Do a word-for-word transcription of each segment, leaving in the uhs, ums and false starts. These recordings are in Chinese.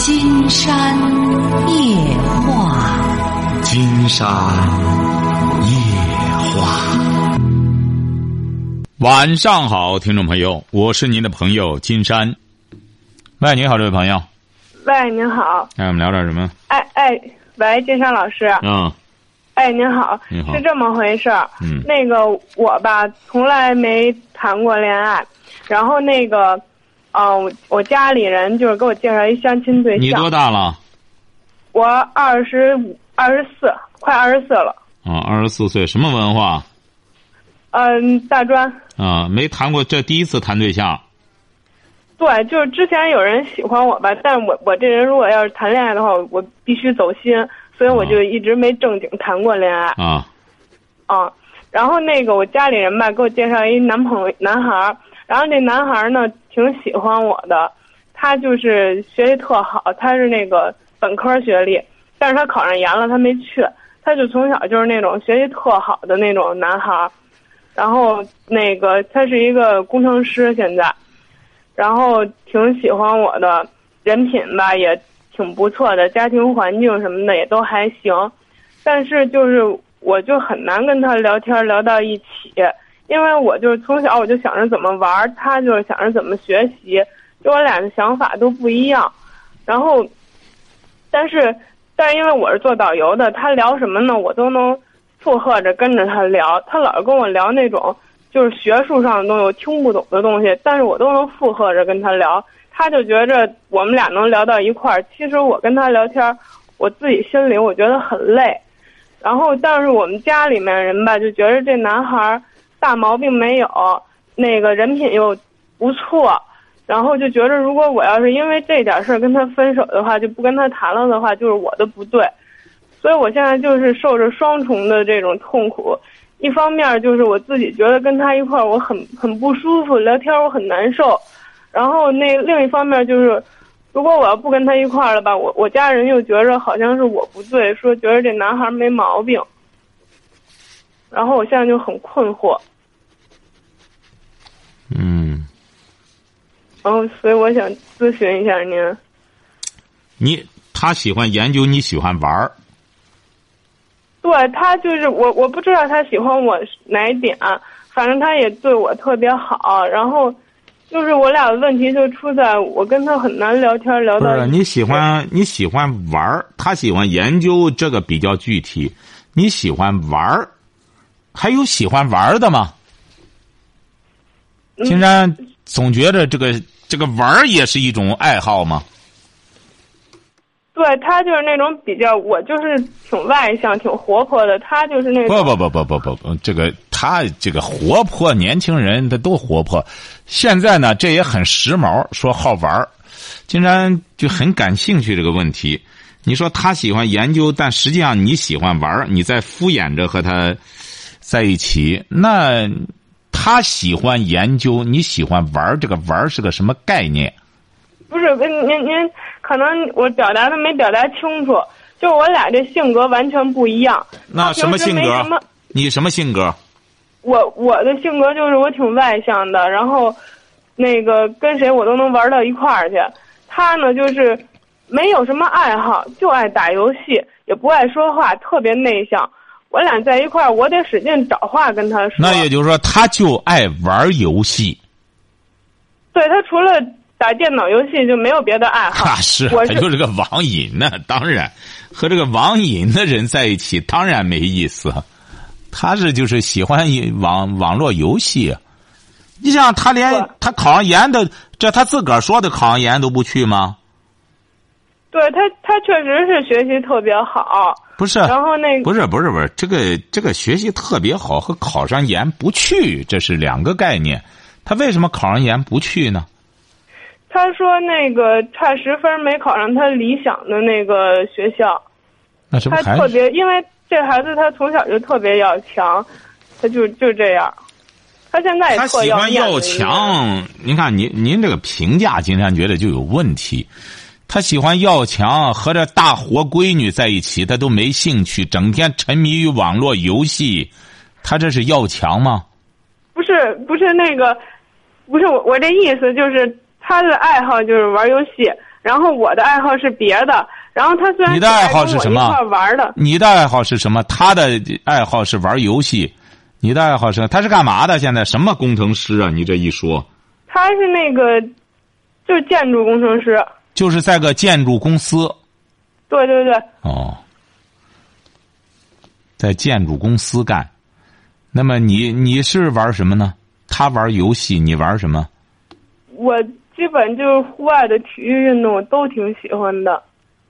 金山夜话， 金山夜话。 晚上好，听众朋友，我是您的朋友金山。喂，你好，这位朋友。 喂，您好。 哎，我们聊点什么？ 哎哎，喂，金山老师。 嗯。 哎，您好。 你好。 是这么回事儿。 嗯。 那个我吧，从来没谈过恋爱，然后那个，嗯、呃，我家里人就是给我介绍一相亲对象。 你多大了？ 我二十五、二十四，快二十四了。 啊，二十四岁，什么文化？ 嗯，大专。 啊，没谈过，这第一次谈对象。 对，就是之前有人喜欢我吧，但是我我这人如果要是谈恋爱的话，我必须走心，所以我就一直没正经谈过恋爱。 啊。 啊，然后那个我家里人吧给我介绍一男朋友男孩，然后这男孩呢挺喜欢我的，他就是学习特好，他是那个本科学历，但是他考上研了，他没去，他就从小就是那种学习特好的那种男孩，然后那个他是一个工程师现在。然后挺喜欢我的，人品吧也挺不错的，家庭环境什么的也都还行，但是就是我就很难跟他聊天聊到一起，因为我就是从小我就想着怎么玩，他就是想着怎么学习，就我俩的想法都不一样。然后，但是但是因为我是做导游的，他聊什么呢，我都能附和着跟着他聊，他老是跟我聊那种。就是学术上的东西，我听不懂的东西，但是我都能附和着跟他聊，他就觉着我们俩能聊到一块儿。其实我跟他聊天，我自己心里我觉得很累。然后，但是我们家里面人吧，就觉得这男孩大毛病没有，那个人品又不错，然后就觉得如果我要是因为这点事儿跟他分手的话，就不跟他谈了的话，就是我的不对。所以我现在就是受着双重的这种痛苦。一方面就是我自己觉得跟他一块儿我很很不舒服，聊天我很难受，然后那另一方面就是如果我要不跟他一块儿了吧，我我家人又觉着好像是我不对，说觉得这男孩没毛病，然后我现在就很困惑。 嗯。 然后所以我想咨询一下您。 你他喜欢研究，你喜欢玩儿。 对，他就是我，我不知道他喜欢我哪一点，反正他也对我特别好。然后，就是我俩的问题就出在我跟他很难聊天，聊到。 不是你喜欢你喜欢玩儿，他喜欢研究，这个比较具体。你喜欢玩儿，还有喜欢玩儿的吗？金山总觉得这个这个玩儿也是一种爱好吗？ 对，他就是那种比较，我就是挺外向、挺活泼的，他就是那种。 不不不不不不，这个他这个活泼，年轻人他都活泼。现在呢，这也很时髦，说好玩儿，金山就很感兴趣这个问题。你说他喜欢研究，但实际上你喜欢玩儿，你在敷衍着和他在一起。那他喜欢研究，你喜欢玩儿，这个玩儿是个什么概念？ 不是，您您可能我表达的没表达清楚，就我俩这性格完全不一样。 那什么性格？ 什么你什么性格？ 我我的性格就是我挺外向的，然后那个跟谁我都能玩到一块儿去。他呢就是没有什么爱好，就爱打游戏，也不爱说话，特别内向。我俩在一块儿，我得使劲找话跟他说。 那也就是说，他就爱玩游戏。 对，他除了打电脑游戏就没有别的爱好。 啊，是， 我是他就这个网瘾呢。当然，和这个网瘾的人在一起，当然没意思。他是就是喜欢网网络游戏。你想，他连他考上研的，这他自个儿说的考上研都不去吗？ 对他，他确实是学习特别好。 不是， 然后那个不是不是不是，这个这个学习特别好和考上研不去，这是两个概念。他为什么考上研不去呢？ 他说那个差十分没考上他理想的那个学校。 那这不还他特别，因为这孩子他从小就特别要强，他就就这样。他现在也他喜欢要强，您看您您这个评价，金山觉得就有问题。他喜欢要强，和这大活闺女在一起，他都没兴趣，整天沉迷于网络游戏，他这是要强吗？ 不是，不是那个，不是我我这意思就是他的爱好就是玩游戏， 然后我的爱好是别的。然后他虽然你的爱好是什么？ 一块玩的。 你的爱好是什么？他的爱好是玩游戏。你的爱好是？他是干嘛的？现在什么工程师啊？你这一说， 他是那个，就是建筑工程师。 就是在个建筑公司。 对对对。 哦，在建筑公司干。那么你你是玩什么呢？他玩游戏，你玩什么？ 我基本就是户外的体育运动，我都挺喜欢的。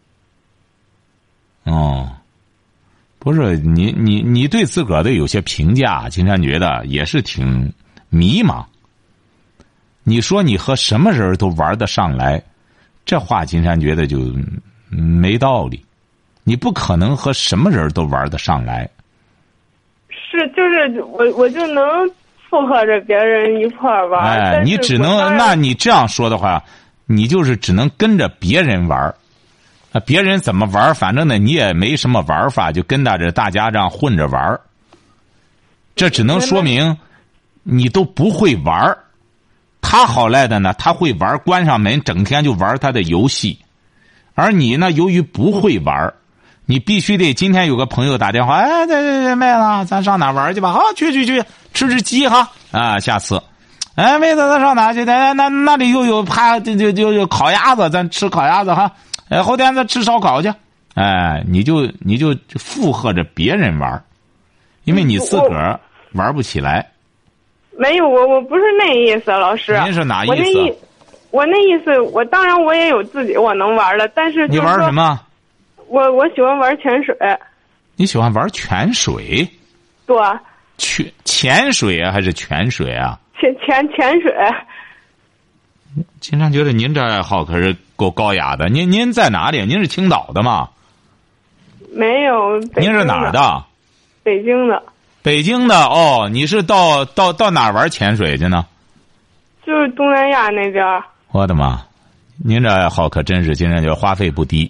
哦，不是你你你对自个儿的有些评价，金山觉得也是挺迷茫。你说你和什么人都玩得上来，这话金山觉得就没道理。你不可能和什么人都玩得上来。 是，就是我我就能附和着别人一块儿玩。 哎，你只能，那你这样说的话，你就是只能跟着别人玩。啊，别人怎么玩，反正呢你也没什么玩法，就跟着大家这样混着玩。这只能说明你都不会玩。他好赖的呢，他会玩，关上门整天就玩他的游戏。而你呢，由于不会玩，你必须得今天有个朋友打电话，哎，对对对，妹子，咱上哪玩去吧？好，去去去，吃吃鸡哈啊！下次，哎，妹子，咱上哪去？那那那里又有趴，就就就有烤鸭子，咱吃烤鸭子哈。哎，后天咱吃烧烤去。哎，你就你就附和着别人玩，因为你自个儿玩不起来。 没有，我我不是那意思，老师。 您是哪意思？ 我那意，我那意思，我当然我也有自己我能玩的，但是你玩什么？ 我我喜欢玩潜水。 你喜欢玩泉水？ 对。 潜潜水啊，还是泉水啊？ 潜潜潜水。 经常觉得您这爱好可是够高雅的。您您在哪里？您是青岛的吗？ 没有。 您是哪儿的？ 北京的。 北京的哦，你是到到到哪儿玩潜水去呢？ 就是东南亚那边。 我的妈！您这爱好可真是，经常觉得花费不低，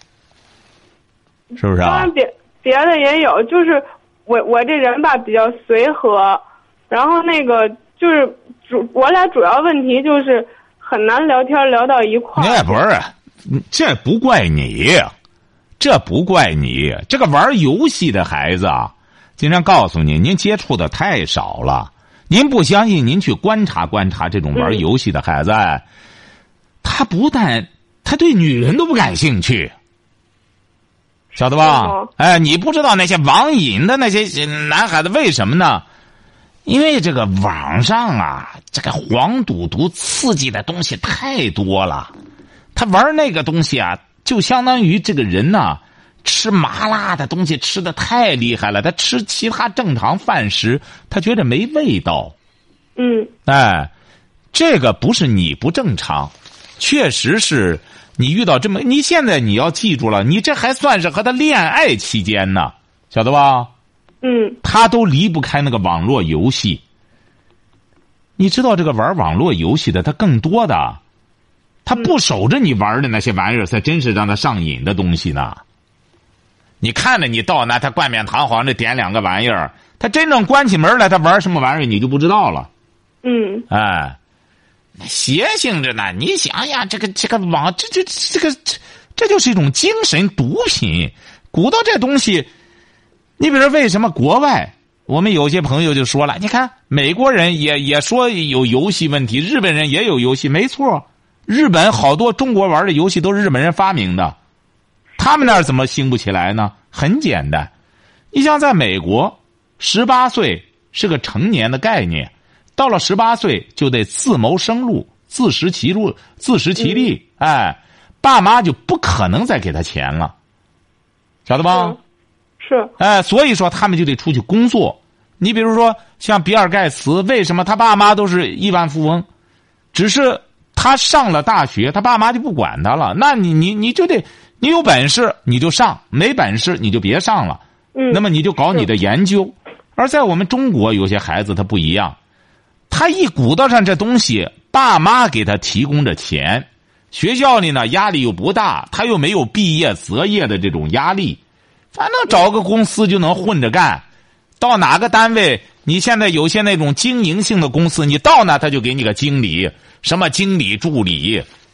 是不是啊？ 当然别别的也有，就是我我这人吧比较随和，然后那个就是主我俩主要问题就是很难聊天聊到一块儿。 那不是，这不怪你，这不怪你。这个玩游戏的孩子啊，经常告诉你，您接触的太少了。您不相信，您去观察观察这种玩游戏的孩子，嗯、他不但他对女人都不感兴趣。晓得吧？哎，你不知道那些网瘾的那些男孩子为什么呢？因为这个网上啊，这个黄赌毒刺激的东西太多了。他玩那个东西啊，就相当于这个人呢、啊，吃麻辣的东西吃的太厉害了。他吃其他正常饭食，他觉得没味道。 嗯， 哎，这个不是你不正常，确实是。你遇到这么，你现在你要记住了，你这还算是和他恋爱期间呢，晓得吧？ 嗯， 他都离不开那个网络游戏。你知道这个玩网络游戏的，他更多的，他不守着你玩的那些玩意儿，才真是让他上瘾的东西呢。你看着你到那，他冠冕堂皇的点两个玩意儿，他真正关起门来，他玩什么玩意儿你就不知道了。 嗯， 哎。邪性着呢，你想想，这个这个网，这这这个这这就是一种精神毒品。鼓捣这东西，你比如说，为什么国外我们有些朋友就说了，你看美国人也也说有游戏问题，日本人也有游戏，没错，日本好多中国玩的游戏都是日本人发明的，他们那儿怎么兴不起来呢？很简单，你像在美国，十八岁是个成年的概念。到了十八岁就得自谋生路，自食其路，自食其力。嗯、哎，爸妈就不可能再给他钱了，晓得吧？ 是。是哎，所以说他们就得出去工作。你比如说像比尔盖茨，为什么他爸妈都是亿万富翁？只是他上了大学，他爸妈就不管他了。那你你你就得，你有本事你就上，没本事你就别上了。 嗯。 那么你就搞你的研究。而在我们中国，有些孩子他不一样。他一鼓捣上这东西，爸妈给他提供着钱，学校里呢压力又不大，他又没有毕业择业的这种压力，反正找个公司就能混着干。到哪个单位，你现在有些那种经营性的公司，你到那他就给你个经理，什么经理助理，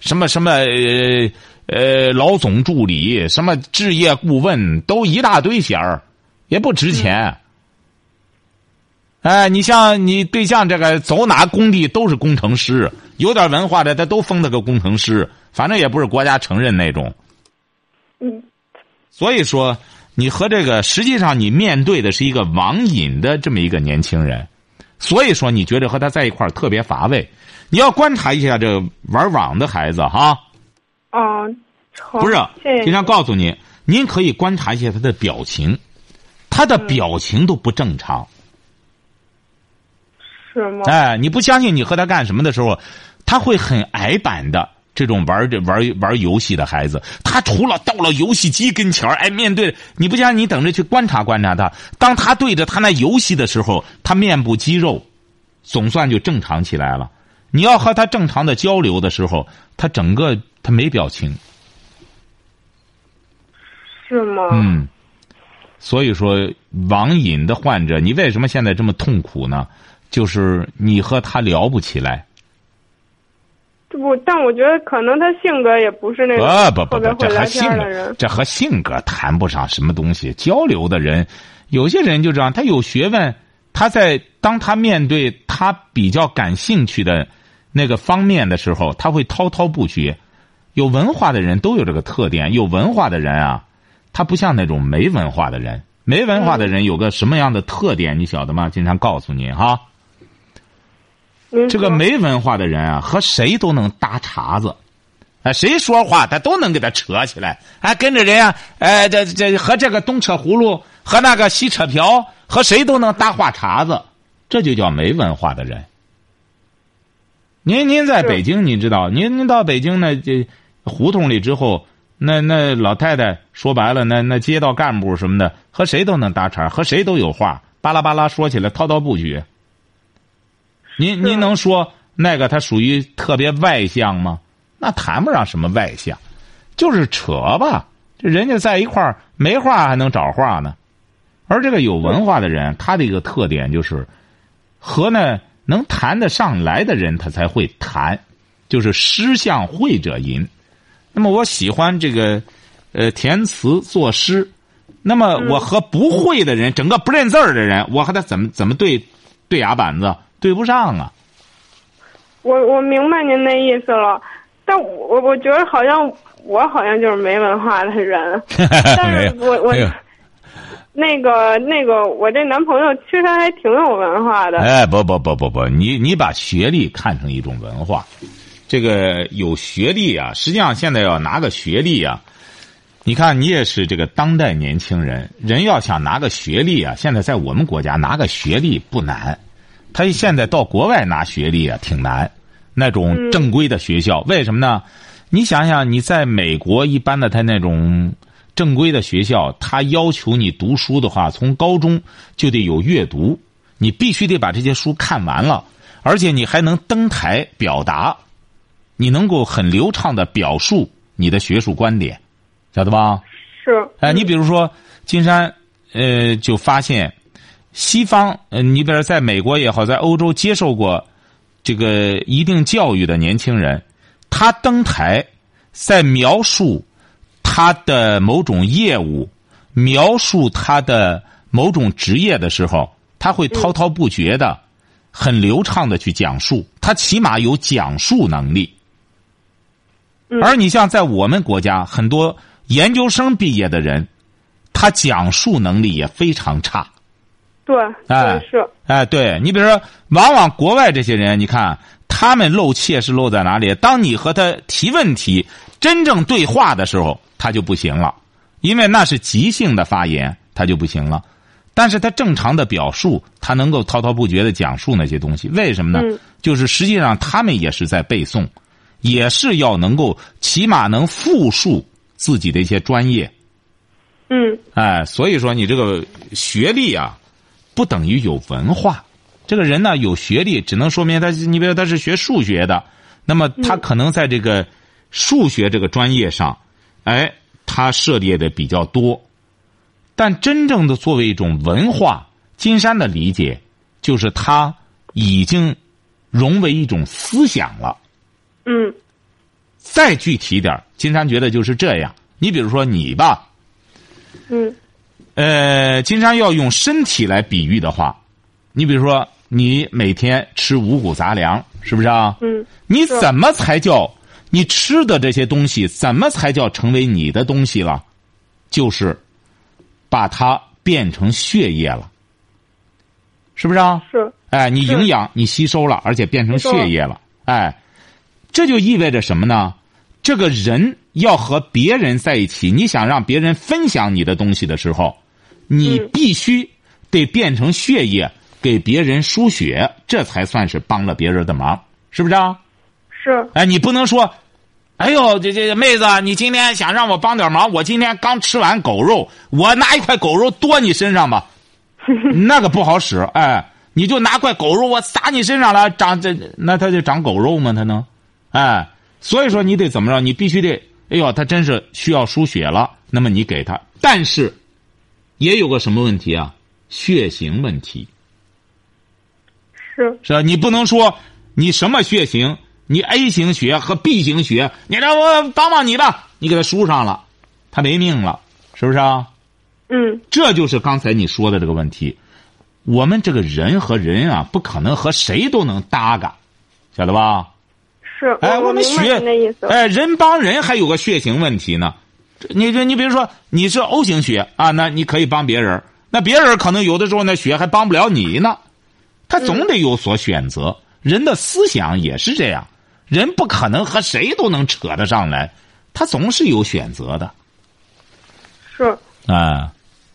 什么什么呃呃老总助理，什么置业顾问，都一大堆衔儿，也不值钱。哎，你像你对象这个走哪工地都是工程师，有点文化的他都封他个工程师，反正也不是国家承认那种。 嗯， 所以说你和这个实际上你面对的是一个网瘾的这么一个年轻人，所以说你觉得和他在一块儿特别乏味。你要观察一下这个玩网的孩子哈。 哦， 不是， 谢谢。 经常告诉你，您可以观察一下他的表情，他的表情都不正常。 是吗？ 哎，你不相信你和他干什么的时候，他会很矮板的。这种玩这玩玩游戏的孩子，他除了到了游戏机跟前儿，哎，面对你不相信，你等着去观察观察他。当他对着他那游戏的时候，他面部肌肉总算就正常起来了。你要和他正常的交流的时候，他整个他没表情。 是吗？ 嗯。所以说，网瘾的患者，你为什么现在这么痛苦呢？就是你和他聊不起来。 不，但我觉得可能他性格也不是那种不不不不，这和性格这和性格谈不上什么东西。交流的人，有些人就这样，他有学问，他在当他面对他比较感兴趣的那个方面的时候，他会滔滔不绝。有文化的人都有这个特点，有文化的人啊，他不像那种没文化的人。没文化的人有个什么样的特点，你晓得吗？经常告诉你哈。这个没文化的人啊，和谁都能搭茬子，哎，谁说话他都能给他扯起来，哎，跟着人啊，哎，这这和这个东扯葫芦，和那个西扯瓢，和谁都能搭话茬子，这就叫没文化的人。您您在北京，你知道，您您到北京那这胡同里之后，那那老太太说白了，那那街道干部什么的，和谁都能搭茬，和谁都有话，巴拉巴拉说起来滔滔不绝。您您能说那个他属于特别外向吗？那谈不上什么外向，就是扯吧。这人家在一块儿没话还能找话呢。而这个有文化的人，他的一个特点就是，和呢能谈得上来的人，他才会谈，就是诗向会者吟。那么我喜欢这个，呃，填词作诗。那么我和不会的人，整个不认字儿的人，我和他怎么怎么对对哑板子？对不上啊！ 我我明白您那意思了，但我我觉得好像我好像就是没文化的人，但是我我那个那个我这男朋友其实还挺有文化的。 哎，不不不不不，你你把学历看成一种文化，这个有学历啊，实际上现在要拿个学历啊，你看你也是这个当代年轻人，人要想拿个学历啊，现在在我们国家拿个学历不难。他现在到国外拿学历啊，挺难。那种正规的学校，为什么呢？你想想，你在美国一般的他那种正规的学校，他要求你读书的话，从高中就得有阅读，你必须得把这些书看完了，而且你还能登台表达，你能够很流畅的表述你的学术观点，晓得吧？ 是。 哎，你比如说金山，呃，就发现。西方，呃，你比如在美国也好，在欧洲接受过这个一定教育的年轻人，他登台在描述他的某种业务，描述他的某种职业的时候，他会滔滔不绝的、很流畅的去讲述，他起码有讲述能力。而你像在我们国家，很多研究生毕业的人，他讲述能力也非常差。 对， 哎是， 哎，对你比如说，往往国外这些人，你看他们露怯是露在哪里？当你和他提问题、真正对话的时候，他就不行了，因为那是即兴的发言，他就不行了。但是他正常的表述，他能够滔滔不绝的讲述那些东西，为什么呢？ 嗯、 就是实际上他们也是在背诵，也是要能够起码能复述自己的一些专业。 嗯， 哎，所以说你这个学历啊。不等于有文化，这个人呢有学历，只能说明他，你比如他是学数学的，那么他可能在这个数学这个专业上，哎，他涉猎的比较多。但真正的作为一种文化，金山的理解就是他已经融为一种思想了。 嗯， 再具体点，金山觉得就是这样。你比如说你吧， 嗯， 呃，金山要用身体来比喻的话，你比如说你每天吃五谷杂粮，是不是啊？ 嗯， 你怎么才叫你吃的这些东西怎么才叫成为你的东西了？就是把它变成血液了，是不是啊？ 是。 哎，你营养你吸收了，而且变成血液了。哎，这就意味着什么呢？这个人要和别人在一起，你想让别人分享你的东西的时候，你必须得变成血液给别人输血，这才算是帮了别人的忙，是不是啊？ 是。 哎，你不能说，哎呦，这这妹子，你今天想让我帮点忙，我今天刚吃完狗肉，我拿一块狗肉剁你身上吧，那个不好使。哎，你就拿块狗肉我撒你身上了，长这那他就长狗肉吗？他能？哎，所以说你得怎么着？你必须得，哎呦，他真是需要输血了，那么你给他，但是也有个什么问题啊？血型问题。 是。 是吧？你不能说你什么血型，你 A 型血和 B 型血，你让我帮帮你吧，你给他输上了，他没命了，是不是啊？ 嗯。 这就是刚才你说的这个问题。我们这个人和人啊，不可能和谁都能搭嘎，晓得吧？ 是。 哎，我们血，哎，人帮人还有个血型问题呢。你这，你比如说你是 O 型血啊，那你可以帮别人，那别人可能有的时候那血还帮不了你呢。他总得有所选择。嗯、人的思想也是这样，人不可能和谁都能扯得上来，他总是有选择的。 是。 啊。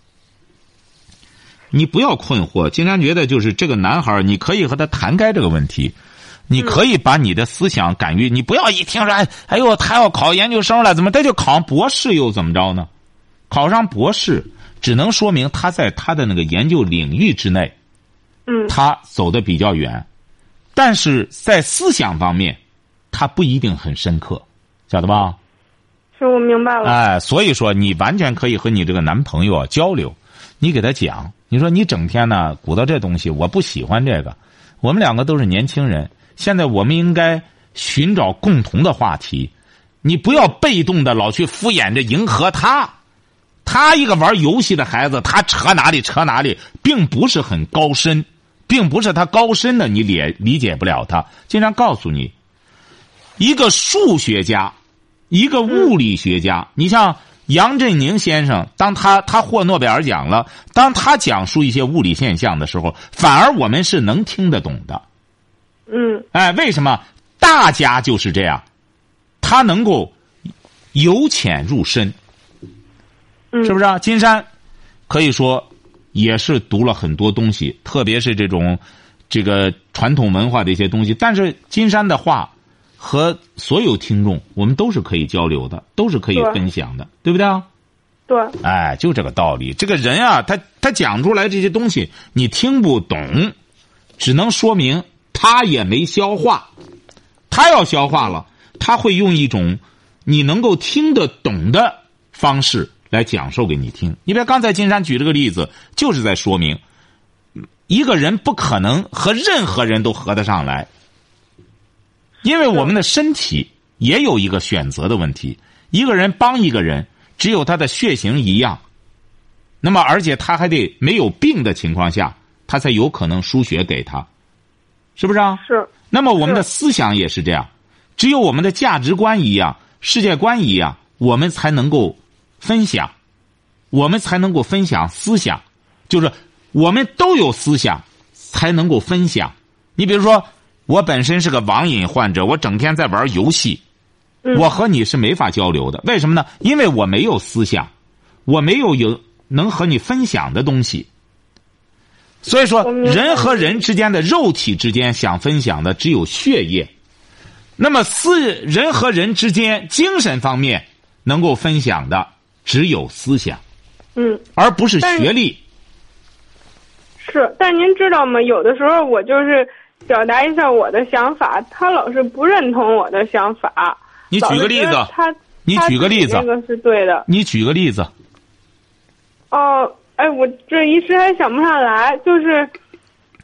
你不要困惑，金山觉得就是这个男孩，你可以和他谈开这个问题，你可以把你的思想敢于，你不要一听说，哎，哎呦，他要考研究生了，怎么他就考博士又怎么着呢？考上博士只能说明他在他的那个研究领域之内， 嗯， 他走得比较远，但是在思想方面，他不一定很深刻，晓得吧？ 是，我明白了。 哎，所以说你完全可以和你这个男朋友啊交流，你给他讲。你说你整天呢鼓捣这东西，我不喜欢这个。我们两个都是年轻人，现在我们应该寻找共同的话题。你不要被动的老去敷衍着迎合他。他一个玩游戏的孩子，他扯哪里扯哪里，并不是很高深，并不是他高深的，你理理解不了他。经常告诉你，一个数学家，一个物理学家，你像杨振宁先生，当他他获诺贝尔奖了，当他讲述一些物理现象的时候，反而我们是能听得懂的。 嗯， 哎，为什么？大家就是这样，他能够由浅入深， 嗯， 是不是啊？金山可以说也是读了很多东西，特别是这种这个传统文化的一些东西。但是金山的话和所有听众，我们都是可以交流的，都是可以分享的， 对, 对不对啊？ 对。 哎，就这个道理。这个人啊，他他讲出来这些东西，你听不懂，只能说明他也没消化。他要消化了，他会用一种你能够听得懂的方式来讲授给你听。你别刚才金山举这个例子，就是在说明一个人不可能和任何人都合得上来。因为我们的身体也有一个选择的问题，一个人帮一个人，只有他的血型一样，那么而且他还得没有病的情况下，他才有可能输血给他，是不是啊？ 是。 那么我们的思想也是这样，只有我们的价值观一样，世界观一样，我们才能够分享，我们才能够分享思想，就是我们都有思想才能够分享。你比如说我本身是个网瘾患者，我整天在玩游戏，我和你是没法交流的。为什么呢？因为我没有思想，我没有有能和你分享的东西。所以说人和人之间的肉体之间想分享的只有血液，那么思人和人之间精神方面能够分享的只有思想， 嗯， 而不是学历。 是，但您知道吗？有的时候我就是表达一下我的想法，他老是不认同我的想法。 你举个例子， 他你举个例子， 这个是对的。 你举个例子。 哦，哎，我这一时还想不上来，就是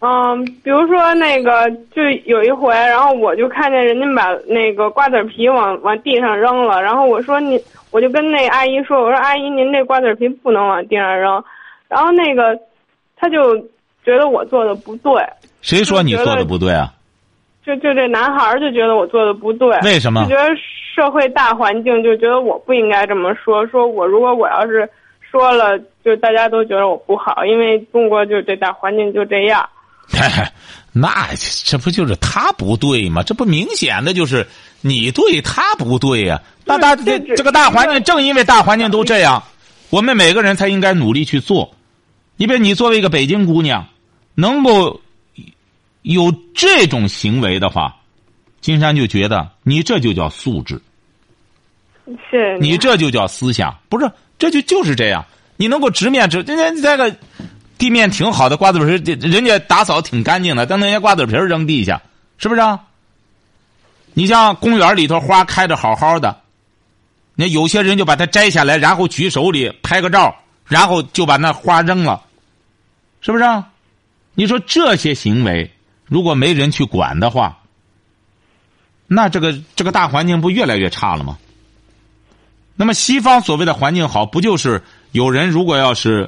嗯，比如说那个，就有一回，然后我就看见人家把那个瓜子皮往往地上扔了，然后我说你，我就跟那阿姨说，我说阿姨您这瓜子皮不能往地上扔，然后那个他就觉得我做的不对。 谁说你做的不对啊？ 就就这男孩就觉得我做的不对。 为什么？ 就觉得社会大环境就觉得我不应该这么说，说我如果我要是说了，就大家都觉得我不好，因为中国就这大环境就这样。 那这不就是他不对吗？这不明显的就是你对他不对呀、啊？那大这这个大环境，正因为大环境都这样，我们每个人才应该努力去做。你比如你作为一个北京姑娘，能够有这种行为的话，金山就觉得你这就叫素质。 是你这就叫思想，不是？这就就是这样。你能够直面直，人家这个地面挺好的瓜子皮，人家打扫挺干净的，但那些瓜子皮扔地下，是不是啊？你像公园里头花开着好好的，那有些人就把它摘下来，然后举手里拍个照，然后就把那花扔了，是不是啊？你说这些行为如果没人去管的话，那这个这个大环境不越来越差了吗？那么西方所谓的环境好，不就是有人如果要是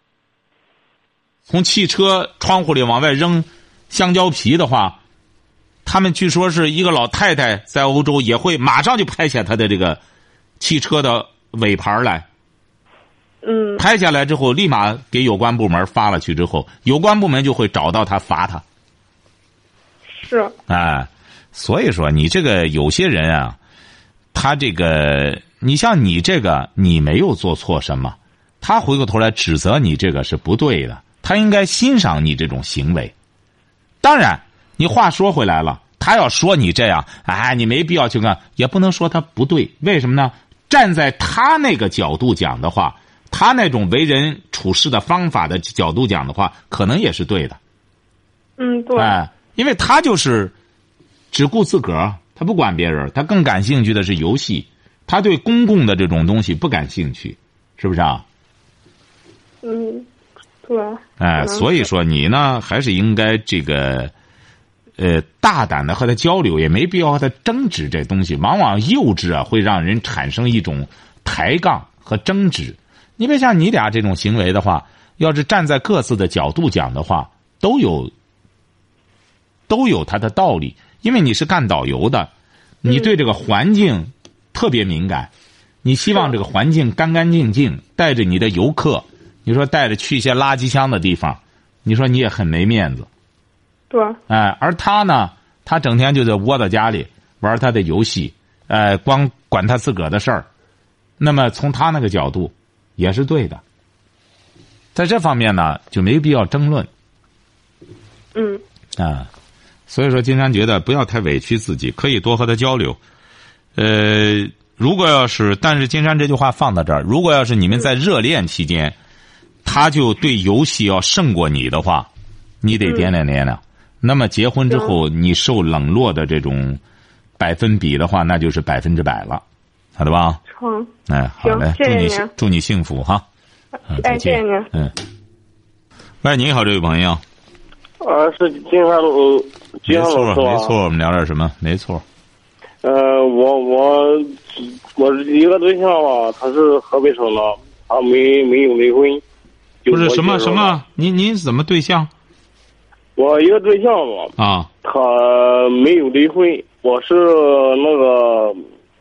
从汽车窗户里往外扔香蕉皮的话，他们据说是一个老太太在欧洲也会马上就拍下他的这个汽车的尾盘来， 嗯， 拍下来之后立马给有关部门发了去之后，有关部门就会找到他罚他。 是， 哎，所以说你这个有些人啊，他这个你像你这个你没有做错什么，他回过头来指责你这个是不对的，他应该欣赏你这种行为。当然你话说回来了，他要说你这样，哎，你没必要去干，也不能说他不对。为什么呢？站在他那个角度讲的话，他那种为人处事的方法的角度讲的话，可能也是对的。 嗯，对。 哎，因为他就是只顾自个儿，他不管别人，他更感兴趣的是游戏，他对公共的这种东西不感兴趣，是不是啊？ 嗯，对。 哎，所以说你呢，还是应该这个，呃，大胆的和他交流，也没必要和他争执这东西。往往幼稚啊，会让人产生一种抬杠和争执。你别像你俩这种行为的话，要是站在各自的角度讲的话，都有都有它的道理。因为你是干导游的，你对这个环境特别敏感，你希望这个环境干干净净，带着你的游客，你说带着去一些垃圾箱的地方，你说你也很没面子。 对。 哎，而他呢，他整天就在窝在家里玩他的游戏，呃，光管他自个儿的事儿。那么从他那个角度也是对的，在这方面呢就没必要争论。 嗯。 啊，所以说金山觉得不要太委屈自己，可以多和他交流。呃，如果要是，但是金山这句话放到这儿，如果要是你们在热恋期间，他就对游戏要胜过你的话，你得掂量掂量。嗯，那么结婚之后，你受冷落的这种百分比的话，那就是百分之百了，好的吧？ 成。 哎，好嘞， 谢谢您， 祝你祝你幸福哈。 啊，再见。谢谢您。 嗯。喂，你好，这位朋友。 啊，是金山路，金山路是吧？ 没错，我们聊点什么？没错。 呃，我我我一个对象吧，他是河北省的，他没没有离婚。 不是什么什么？您您怎么对象？ 我一个对象吧。 啊。 他没有离婚，我是那个，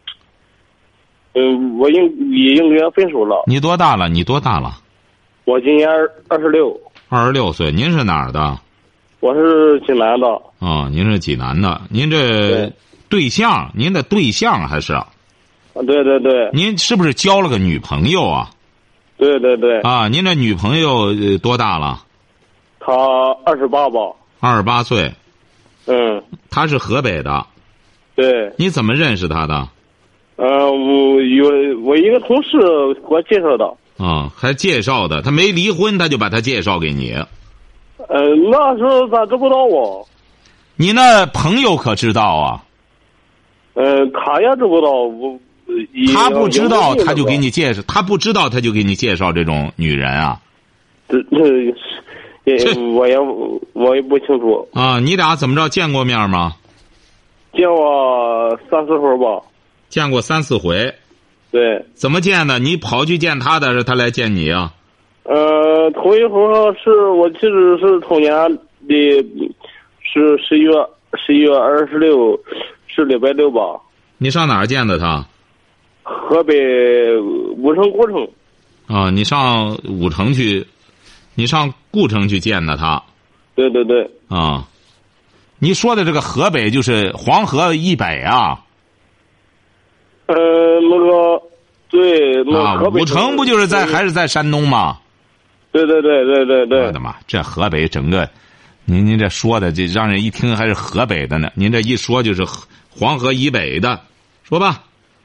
嗯，我应已经跟他分手了。 你多大了？你多大了？ 我今年二十六。 二十六岁，您是哪儿的？ 我是济南的。 哦，您是济南的，您这对象，您的对象还是？ 对对对。 您是不是交了个女朋友啊？ 对对对。 啊，您这女朋友多大了？ 她二十八吧。 二十八岁。 嗯。 她是河北的。 对。 你怎么认识她的？ 呃，我有我一个同事给我介绍的。 啊、哦，还介绍的，他没离婚，他就把他介绍给你。 呃，那时候咋知不到我？ 你那朋友可知道啊？ 呃，他也知不道我。 他不知道，他就给你介绍；他不知道，他就给你介绍这种女人啊。 这这， 也我也我也不清楚。 啊，你俩怎么着见过面吗？ 见过三四回吧。 见过三四回。 对。 怎么见的？你跑去见他的，还是他来见你啊？ 呃，头一回是我记得是头年的，是十一月十一月二十六，是礼拜六吧。 你上哪儿见的他？ 河北武城古城。 啊，你上武城去，你上故城去见的他。 对对对。 啊，你说的这个河北就是黄河以北啊。 呃，那个对，那啊， 河北武城不就是在还是在山东吗？ 对对对对对对。 我的妈，这河北整个，您您这说的这让人一听还是河北的呢。您这一说就是黄河以北的，说吧。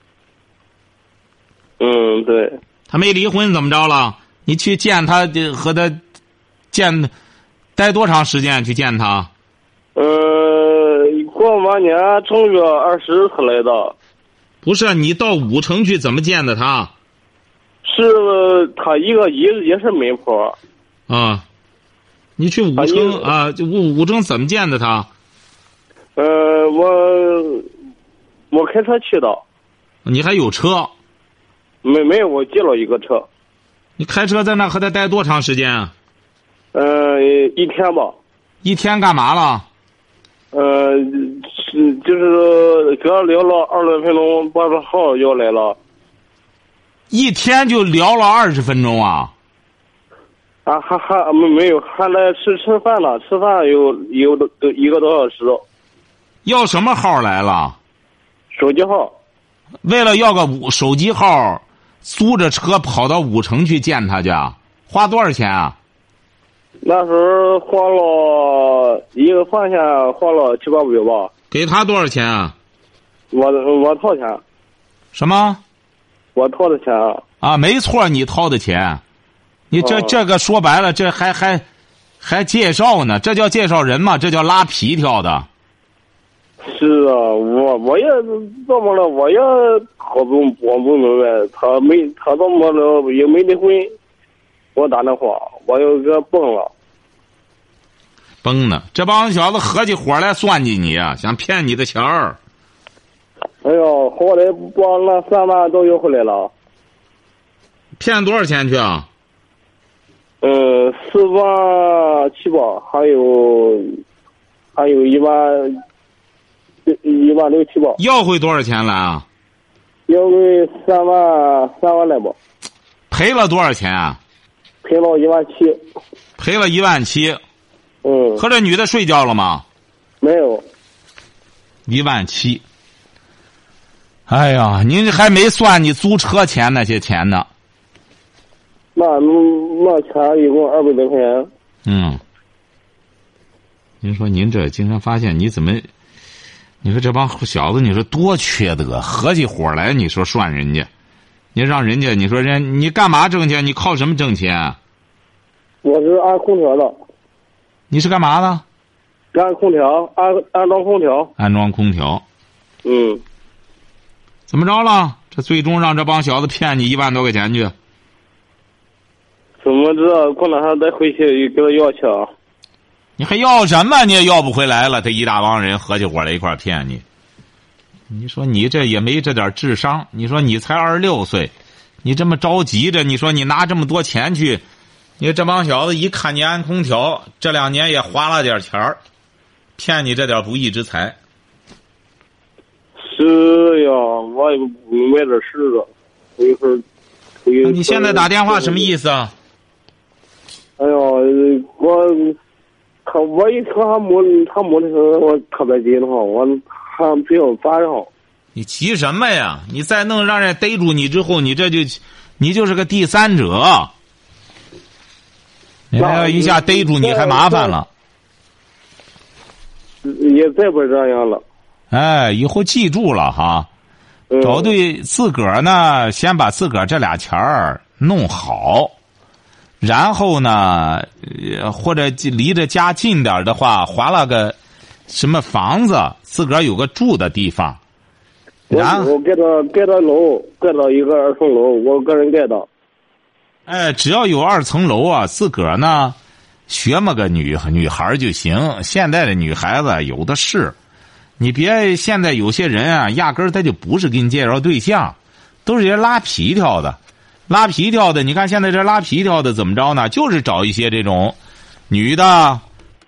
嗯，对。 他没离婚怎么着了？你去见他，和他见，待多长时间去见他？ 呃，过完年正月二十才来的。 不是，你到武城去怎么见的他？ 是他一个也也是媒婆。 啊，你去武城啊？就武武城怎么见的他？ 呃，我我开车去的。 你还有车？ 没没有，我借了一个车。 你开车在那和他待多长时间啊？ 呃，一天吧。 一天干嘛了？ 呃，是就是跟他聊了二十分钟，把这号要来了。 一天就聊了二十分钟啊？ 啊，还还没没有，还来吃吃饭了，吃饭有有一个多小时。 要什么号来了？ 手机号。 为了要个武手机号，租着车跑到武城去见他去，花多少钱啊？ 那时候花了一个饭钱，花了七八百吧。 给他多少钱啊？ 我我掏钱。 什么？ 我掏的钱啊。 啊，没错，你掏的钱。你这、哦、这个说白了，这还还还介绍呢，这叫介绍人吗？这叫拉皮条的。 是啊，我我也怎么了？我也搞不我不明白，他没他怎么了？也没离婚。我打电话，我又给他崩了。 崩呢？这帮小子合起伙来算计你啊，想骗你的钱儿。 哎呦，后来把那三万都要回来了。 骗多少钱去啊？ 嗯，四万七吧，还有还有一万一万六七吧。 要回多少钱来啊？ 要回三万三万来吧。 赔了多少钱啊？ 赔了一万七。 赔了一万七。 嗯。 和这女的睡觉了吗？ 没有。 一万七。哎呀，您还没算你租车钱那些钱呢。 那那钱一共二百多块钱。 嗯。您说您这经常发现你怎么？你说这帮小子，你说多缺德，合起伙来，你说涮人家，你让人家，你说人你干嘛挣钱？你靠什么挣钱？ 我是安空调的。 你是干嘛的？ 安空调，安安装空调。 安装空调。 嗯。 怎么着了？这最终让这帮小子骗你一万多块钱去？ 怎么知道？过两天再回去给他要去啊？ 你还要什么？你也要不回来了。这一大帮人合起伙来一块儿骗你。你说你这也没这点智商。你说你才二十六岁，你这么着急着，你说你拿这么多钱去，你这帮小子一看你安空调，这两年也花了点钱儿，骗你这点不义之财。 是呀，我也不明白这事了。我一会儿， 那你现在打电话什么意思啊？ 哎呀，我他我一听他母他母的时候，我特别急的慌，我还不要发上。 你急什么呀？你再弄让人逮住你之后，你这就你就是个第三者。你还要一下逮住你，还麻烦了。 也再不这样了。 哎，以后记住了哈，找对自个儿呢，先把自个儿这俩钱儿弄好，然后呢，或者离着家近点的话，划了个什么房子，自个儿有个住的地方。然后我盖到盖到楼，盖到一个二层楼，我个人盖的。 哎，只要有二层楼啊，自个儿呢， 学么个女女孩就行。现在的女孩子有的是，你别现在有些人啊，压根儿他就不是给你介绍对象，都是些拉皮条的，拉皮条的。你看现在这拉皮条的怎么着呢？就是找一些这种女的，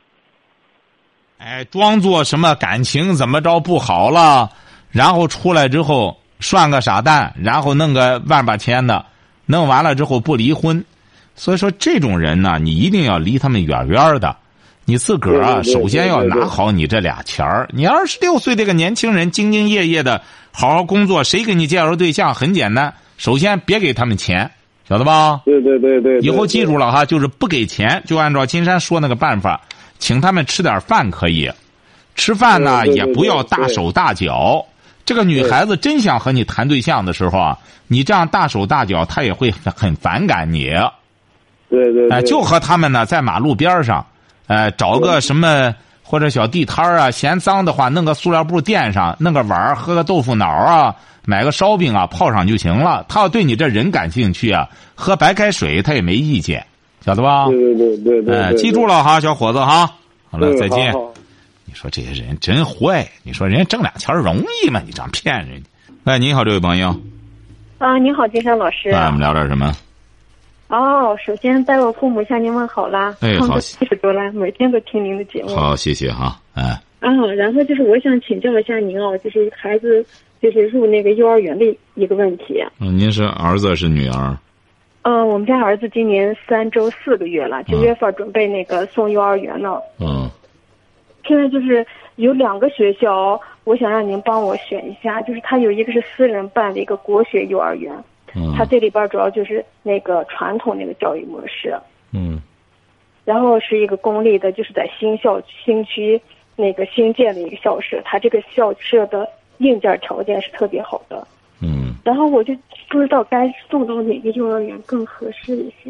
哎，装作什么感情怎么着不好了，然后出来之后涮个傻蛋，然后弄个万把钱的，弄完了之后不离婚。所以说这种人呢，你一定要离他们远远的。你自个儿啊，首先要拿好你这俩钱儿。你二十六岁这个年轻人，兢兢业业的好好工作，谁给你介绍对象？很简单，首先别给他们钱，晓得吧？ 对对对对。 以后记住了哈，就是不给钱，就按照金山说那个办法，请他们吃点饭可以。吃饭呢也不要大手大脚。这个女孩子真想和你谈对象的时候啊，你这样大手大脚，她也会很反感你。 对对。 哎，就和他们呢在马路边上。呃，找个什么或者小地摊啊，嫌脏的话，弄个塑料布垫上，弄个碗，喝个豆腐脑啊，买个烧饼啊，泡上就行了。他要对你这人感兴趣啊，喝白开水他也没意见，晓得吧？ 对对对对对。 哎，记住了哈，小伙子哈。好了，再见。 好好你说这些人真坏，你说人家挣俩钱容易吗？你这样骗人。哎，你好，这位朋友。 啊，你好，金山老师。 那我们聊点什么？ 哦，首先代我父母向您问好啦。 哎，好。 七十多了，每天都听您的节目。 好，谢谢哈。哎。 啊，然后就是我想请教一下您哦，就是孩子就是入那个幼儿园的一个问题。 嗯，您是儿子是女儿？ 嗯，我们家儿子今年三周四个月了，九月份准备那个送幼儿园呢。 嗯。 现在就是有两个学校，我想让您帮我选一下，就是他有一个是私人办的一个国学幼儿园。 嗯， 他这里边主要就是那个传统那个教育模式， 嗯， 然后是一个公立的，就是在新校新区那个新建的一个校舍，他这个校舍的硬件条件是特别好的， 嗯， 然后我就不知道该送到哪个幼儿园更合适一些。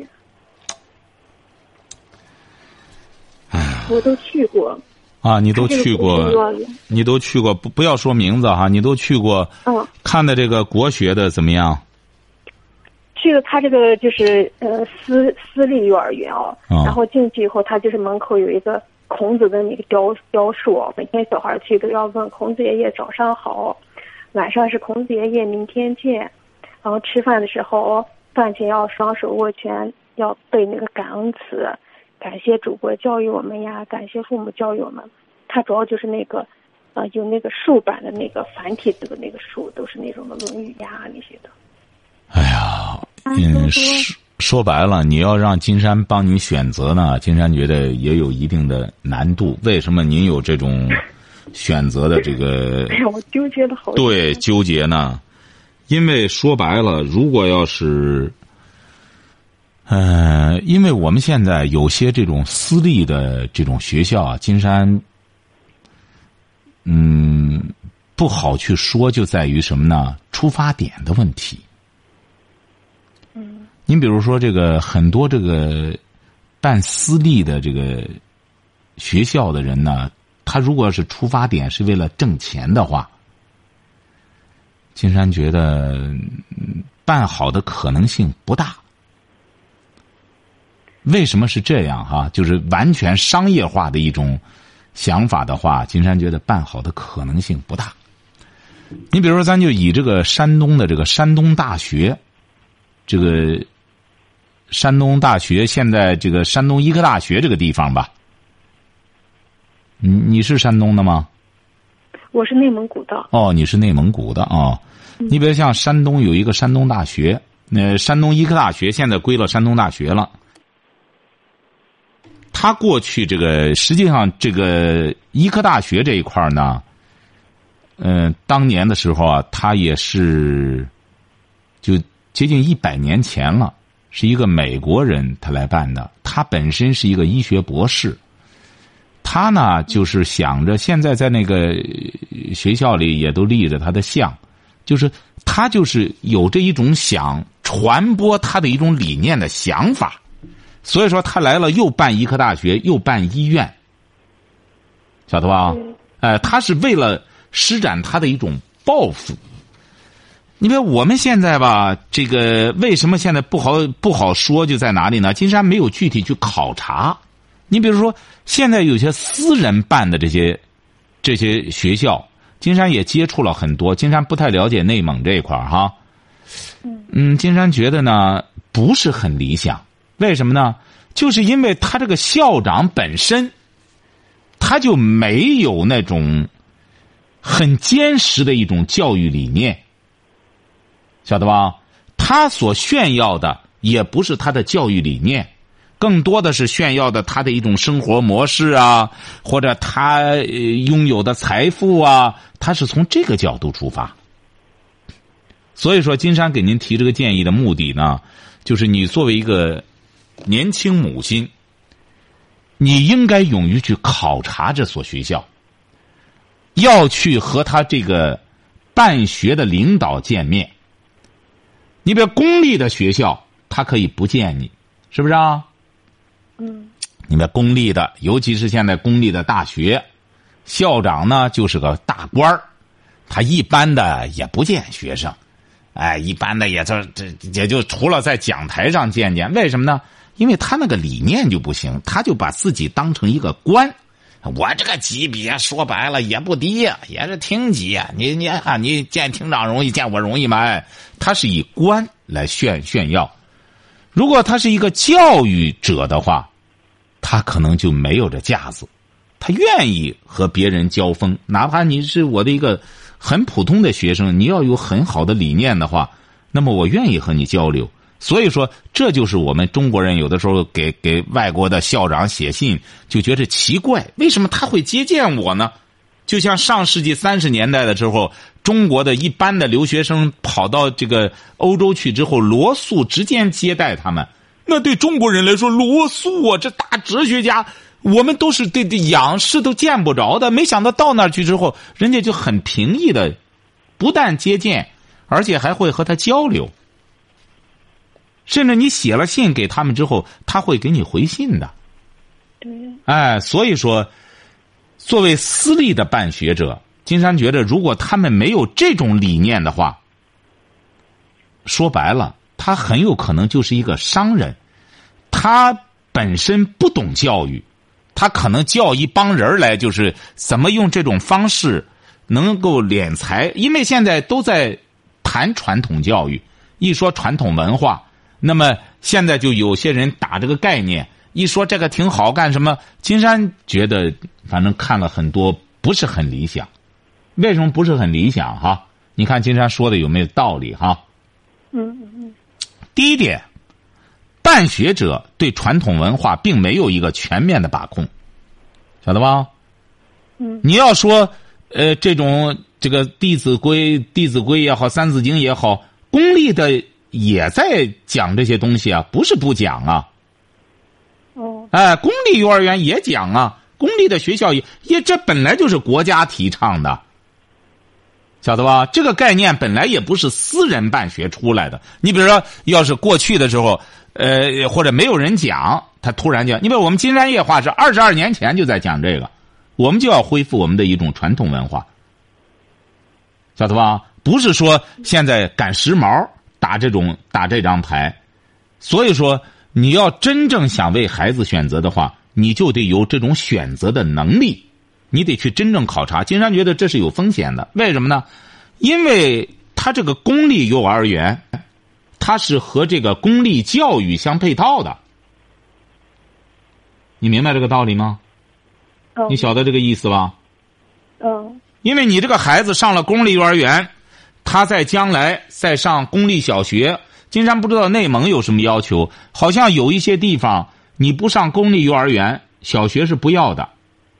哎， 我都去过啊，你都去过，你都去过，不不要说名字哈，你都去过， 嗯， 看的这个国学的怎么样？ 去了他这个就是呃私私立幼儿园哦， 哦然后进去以后，他就是门口有一个孔子的那个雕雕塑，每天小孩去都要问孔子爷爷早上好，晚上是孔子爷爷明天见，然后吃饭的时候饭前要双手握拳，要背那个感恩词，感谢祖国教育我们呀，感谢父母教育我们。他主要就是那个呃有那个竖版的那个繁体字的那个书，都是那种的《论语》呀那些的。 哎呀，嗯，说说白了，你要让金山帮你选择呢，金山觉得也有一定的难度。为什么您有这种选择的这个？ 哎呀，我纠结了好久。 对，纠结呢，因为说白了，如果要是，呃，因为我们现在有些这种私立的这种学校啊，金山，嗯，不好去说，就在于什么呢？出发点的问题。 嗯， 您比如说这个很多这个办私立的这个学校的人呢，他如果是出发点是为了挣钱的话，金山觉得办好的可能性不大。为什么是这样哈？就是完全商业化的一种想法的话，金山觉得办好的可能性不大。你比如说，咱就以这个山东的这个山东大学。这个山东大学现在这个山东医科大学这个地方吧，你你是山东的吗？ 我是内蒙古的。 哦，你是内蒙古的哦。嗯、你比如像山东有一个山东大学，呃，山东医科大学现在归了山东大学了。他过去这个实际上这个医科大学这一块呢，嗯、呃，当年的时候啊，他也是就。接近一百年前了，是一个美国人他来办的。他本身是一个医学博士，他呢就是想着现在在那个学校里也都立着他的像，就是他就是有这一种想传播他的一种理念的想法，所以说他来了又办医科大学又办医院，晓得吧？呃，他是为了施展他的一种抱负。你比如我们现在吧，这个为什么现在不好不好说，就在哪里呢？金山没有具体去考察， 你比如说，现在有些私人办的这些这些学校，金山也接触了很多。金山不太了解内蒙这一块儿哈。嗯，金山觉得呢不是很理想。为什么呢？就是因为他这个校长本身，他就没有那种很坚实的一种教育理念，晓得吧？他所炫耀的也不是他的教育理念，更多的是炫耀的他的一种生活模式啊，或者他拥有的财富啊，他是从这个角度出发。所以说，金山给您提这个建议的目的呢，就是你作为一个年轻母亲，你应该勇于去考察这所学校，要去和他这个办学的领导见面。你比如公立的学校，他可以不见你，是不是啊？ 嗯。 你们公立的，尤其是现在公立的大学，校长呢就是个大官儿，他一般的也不见学生，哎，一般的也就这也就除了在讲台上见见。为什么呢？因为他那个理念就不行，他就把自己当成一个官。我这个级别说白了也不低呀，也是厅级呀。你你看，你见厅长容易，见我容易吗？哎，他是以官来炫炫耀。如果他是一个教育者的话，他可能就没有这架子，他愿意和别人交锋，哪怕你是我的一个很普通的学生，你要有很好的理念的话，那么我愿意和你交流。所以说，这就是我们中国人有的时候给给外国的校长写信，就觉得奇怪，为什么他会接见我呢？就像上世纪三十年代的时候，中国的一般的留学生跑到这个欧洲去之后，罗素直接接待他们。那对中国人来说，罗素啊，这大哲学家，我们都是对对仰视都见不着的。没想到到那儿去之后，人家就很平易的，不但接见，而且还会和他交流。甚至你写了信给他们之后，他会给你回信的。 对。 哎，所以说，作为私立的办学者，金山觉得，如果他们没有这种理念的话，说白了，他很有可能就是一个商人，他本身不懂教育，他可能叫一帮人来，就是怎么用这种方式能够敛财。因为现在都在谈传统教育，一说传统文化，那么现在就有些人打这个概念，一说这个挺好干什么。金山觉得反正看了很多不是很理想。为什么不是很理想哈？你看金山说的有没有道理哈？ 嗯嗯嗯。 第一点，办学者对传统文化并没有一个全面的把控，晓得吧？ 嗯。 你要说呃这种这个弟子规弟子规也好，三字经也好，公立的也在讲这些东西啊，不是不讲啊。 哦。 哎，公立幼儿园也讲啊，公立的学校也也这本来就是国家提倡的，晓得吧？这个概念本来也不是私人办学出来的。你比如说，要是过去的时候，呃，或者没有人讲，他突然讲，因为我们金山夜话是二十二年前就在讲这个，我们就要恢复我们的一种传统文化，晓得吧？不是说现在赶时髦打这种打这张牌。所以说，你要真正想为孩子选择的话，你就得有这种选择的能力，你得去真正考察。金山觉得这是有风险的，为什么呢？因为他这个公立幼儿园，它是和这个公立教育相配套的。你明白这个道理吗？ 哦。 你晓得这个意思吧？ 嗯。 因为你这个孩子上了公立幼儿园，他在将来再上公立小学。金山不知道内蒙有什么要求，好像有一些地方你不上公立幼儿园，小学是不要的。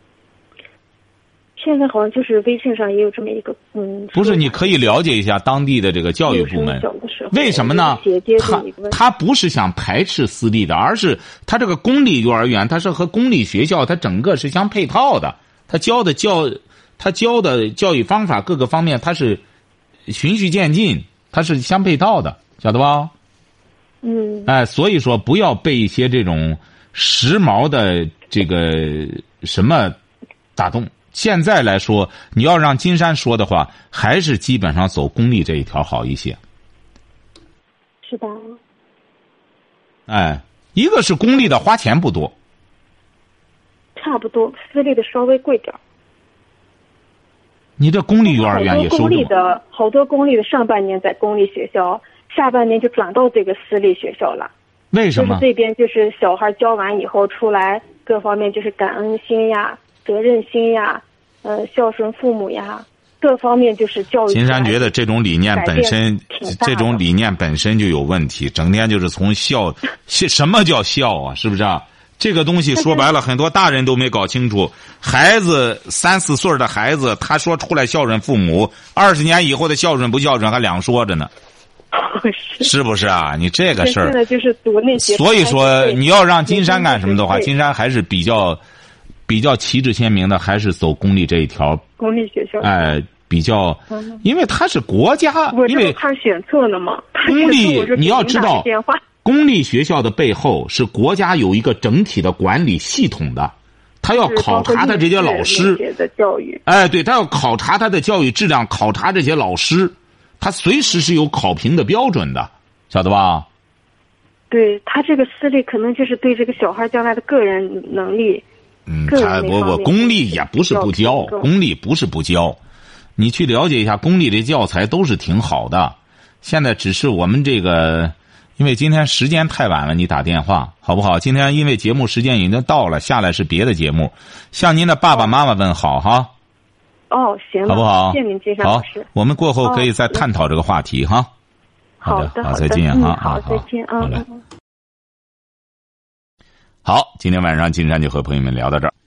现在好像就是微信上也有这么一个嗯。 不是，你可以了解一下当地的这个教育部门。为什么呢？他他不是想排斥私立的，而是他这个公立幼儿园，它是和公立学校它整个是相配套的。他教的教，他教的教育方法各个方面，它是循序渐进，它是相配套的。晓得吧？ 嗯。 哎，所以说不要被一些这种时髦的这个什么打动。现在来说，你要让金山说的话，还是基本上走公立这一条好一些。 是吧？ 哎，一个是公立的花钱不多， 差不多，私立的稍微贵点儿。 你这公立幼儿园也收好多公立这么？ 的，好多公立的上半年在公立学校，下半年就转到这个私立学校了。 为什么？ 就是这边就是小孩教完以后出来，各方面就是感恩心呀、责任心呀、呃孝顺父母呀，各方面就是教育。 金山觉得这种理念本身，这种理念本身就有问题，整天就是从孝，什么叫孝啊？是不是啊？这个东西说白了，很多大人都没搞清楚。孩子三四岁的孩子，他说出来孝顺父母，二十年以后的孝顺不孝顺还两说着呢。 是, 是不是啊？你这个事儿， 现在就是读那些。 所以说，你要让金山干什么的话，金山还是比较比较旗帜鲜明的，还是走公立这一条。 公立学校。 哎，比较，因为它是国家，因为他选错了嘛。 公立你要知道，公立学校的背后是国家有一个整体的管理系统的，他要考察他这些老师的教育。 哎，对，他要考察他的教育质量，考察这些老师。他随时是有考评的标准的，晓得吧？ 对，他这个私立可能就是对这个小孩将来的个人能力。 嗯，他我我公立也不是不教，公立不是不教，你去了解一下公立这教材都是挺好的。现在只是我们这个，因为今天时间太晚了，你打电话好不好？今天因为节目时间已经到了，下来是别的节目，向您的爸爸妈妈问好哈。 哦，行， 好不好？ 谢谢您，金山老师。 好，我们过后可以再探讨这个话题、哦、哈。 好的， 好， 再见哈、 嗯。好，再见啊。 好嘞。好，今天晚上金山就和朋友们聊到这儿。